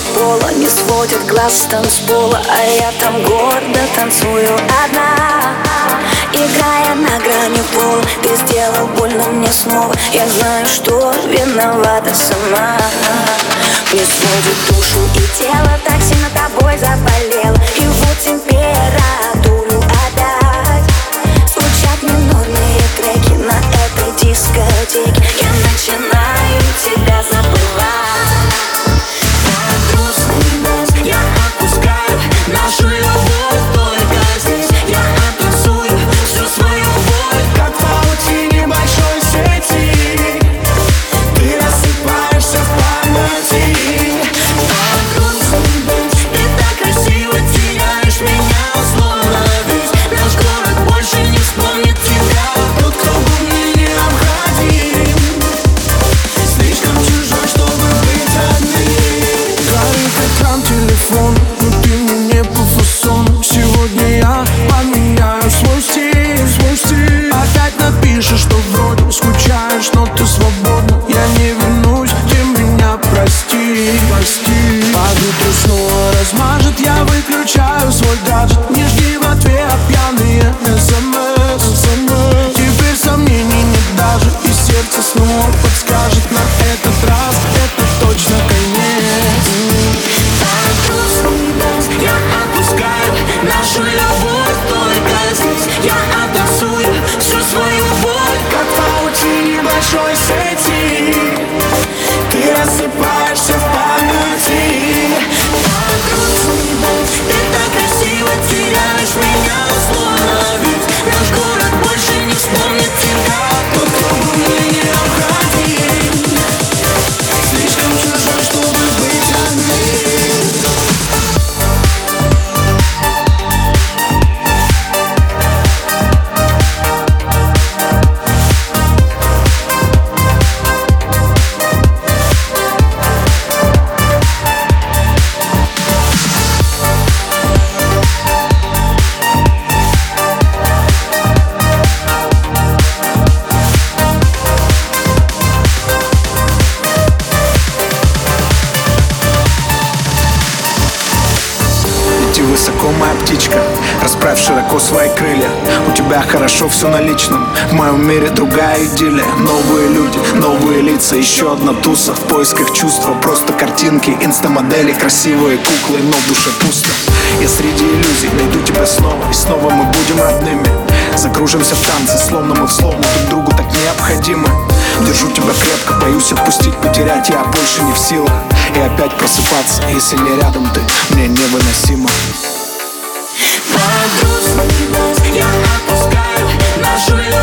пола, не сводит глаз с танцпола, а я там гордо танцую одна. Играя на грани пола, ты сделал больно мне снова. Я знаю, что виновата сама. Мне сводит душу и тело, так сильно тобой заболела. И вот температуру опять. Звучат минорные треки на этой дискотеке. Я начинаю тебя забывать. На грустный бас я отпускаю нашу любовь только здесь. Я оттанцую всю свою боль, как в паутине большой сети. Ты рассыпаешься в памяти. На грустный бас ты так красиво теряешь меня, словно весь наш город больше не вспомнит тебя. Тот, кто был мне необходим, слишком чужой, чтобы быть одним. Горит экран телефона, но ты мне не по фасону. Сегодня я поменяю свой стиль. Опять напишешь, что вроде скучаешь, но ты свободна. Я не вернусь, ты меня прости. Под утро снова размажет, я выключаю свой гаджет. Не жди в ответ пьяные СМС. Теперь сомнений нет даже, и сердце снова подскажет: на этот раз это точно конец. Я отпускаю нашу любовь только здесь. Я оттанцую всю свою боль, Как в паутине большой сети. Ты рассыпаешься в памяти. ты так красиво теряешь меня, словно ведь наш город больше не вспомнит тебя. Тот, кто был мне необходим, слишком чужой, чтобы быть одним. Высоко, моя птичка, расправь широко свои крылья. У тебя хорошо все на личном, в моем мире другая идиллия. Новые люди, новые лица, еще одна туса. В поисках чувства, просто картинки, инстамодели, красивые куклы, но в душе пусто. Я среди иллюзий найду тебя снова, и снова мы будем родными. Закружимся в танце, словно мы в словно друг другу так необходимы. Держу тебя крепко, боюсь отпустить, потерять я больше не в силах. И опять просыпаться, если не рядом ты, мне невыносимо. Под грустный бас я отпускаю нашу любовь.